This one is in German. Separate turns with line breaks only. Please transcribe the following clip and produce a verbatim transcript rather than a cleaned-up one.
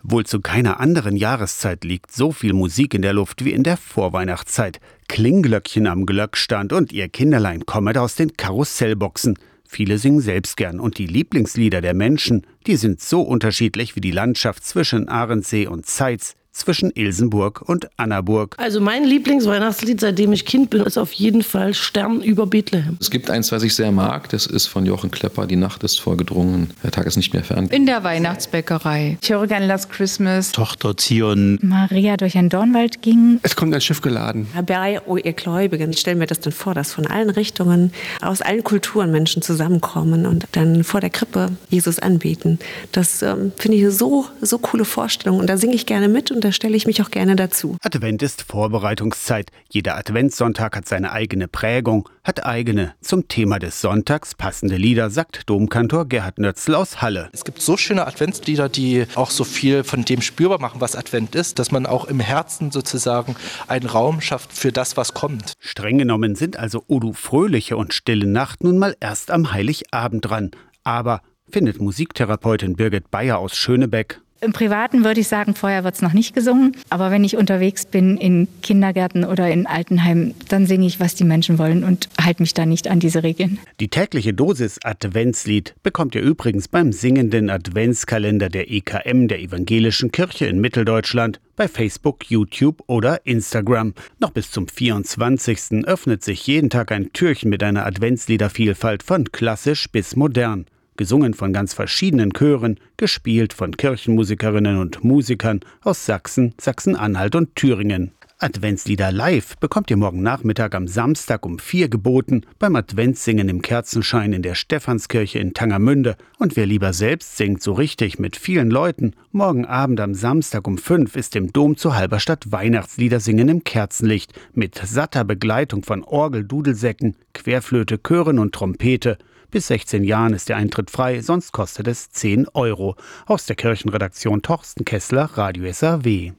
Wohl zu keiner anderen Jahreszeit liegt so viel Musik in der Luft wie in der Vorweihnachtszeit. Klingglöckchen am Glöckstand und ihr Kinderlein kommet aus den Karussellboxen. Viele singen selbst gern und die Lieblingslieder der Menschen, die sind so unterschiedlich wie die Landschaft zwischen Arendsee und Zeitz, zwischen Ilsenburg und Annaburg.
Also mein Lieblingsweihnachtslied, seitdem ich Kind bin, ist auf jeden Fall Stern über Bethlehem.
Es gibt eins, was ich sehr mag, das ist von Jochen Klepper, Die Nacht ist vorgedrungen, der Tag ist nicht mehr fern.
In der Weihnachtsbäckerei.
Ich höre gerne Last Christmas.
Tochter Zion.
Maria durch ein Dornwald ging.
Es kommt ein Schiff geladen.
Herbei, o ihr Gläubigen. Ich stelle mir das dann vor, dass von allen Richtungen, aus allen Kulturen Menschen zusammenkommen und dann vor der Krippe Jesus anbeten. Das ähm, finde ich eine so, so coole Vorstellung. Und da singe ich gerne mit und da stelle ich mich auch gerne dazu.
Advent ist Vorbereitungszeit. Jeder Adventssonntag hat seine eigene Prägung, hat eigene, zum Thema des Sonntags passende Lieder, sagt Domkantor Gerhard Nötzl aus Halle.
Es gibt so schöne Adventslieder, die auch so viel von dem spürbar machen, was Advent ist, dass man auch im Herzen sozusagen einen Raum schafft für das, was kommt.
Streng genommen sind also O du fröhliche und stille Nacht nun mal erst am Heiligabend dran. Aber, findet Musiktherapeutin Birgit Bayer aus Schönebeck,
Im Privaten würde ich sagen, vorher wird es noch nicht gesungen. Aber wenn ich unterwegs bin in Kindergärten oder in Altenheimen, dann singe ich, was die Menschen wollen und halte mich da nicht an diese Regeln.
Die tägliche Dosis Adventslied bekommt ihr übrigens beim singenden Adventskalender der E K M, der Evangelischen Kirche in Mitteldeutschland, bei Facebook, YouTube oder Instagram. Noch bis zum vierundzwanzigsten öffnet sich jeden Tag ein Türchen mit einer Adventsliedervielfalt von klassisch bis modern. Gesungen von ganz verschiedenen Chören, gespielt von Kirchenmusikerinnen und Musikern aus Sachsen, Sachsen-Anhalt und Thüringen. Adventslieder live bekommt ihr morgen Nachmittag am Samstag um vier geboten beim Adventssingen im Kerzenschein in der Stephanskirche in Tangermünde. Und wer lieber selbst singt, so richtig mit vielen Leuten, morgen Abend am Samstag um fünf ist im Dom zu Halberstadt Weihnachtslieder singen im Kerzenlicht mit satter Begleitung von Orgel, Dudelsäcken, Querflöte, Chören und Trompete. Bis sechzehn Jahren ist der Eintritt frei, sonst kostet es zehn Euro. Aus der Kirchenredaktion Torsten Kessler, Radio S R W.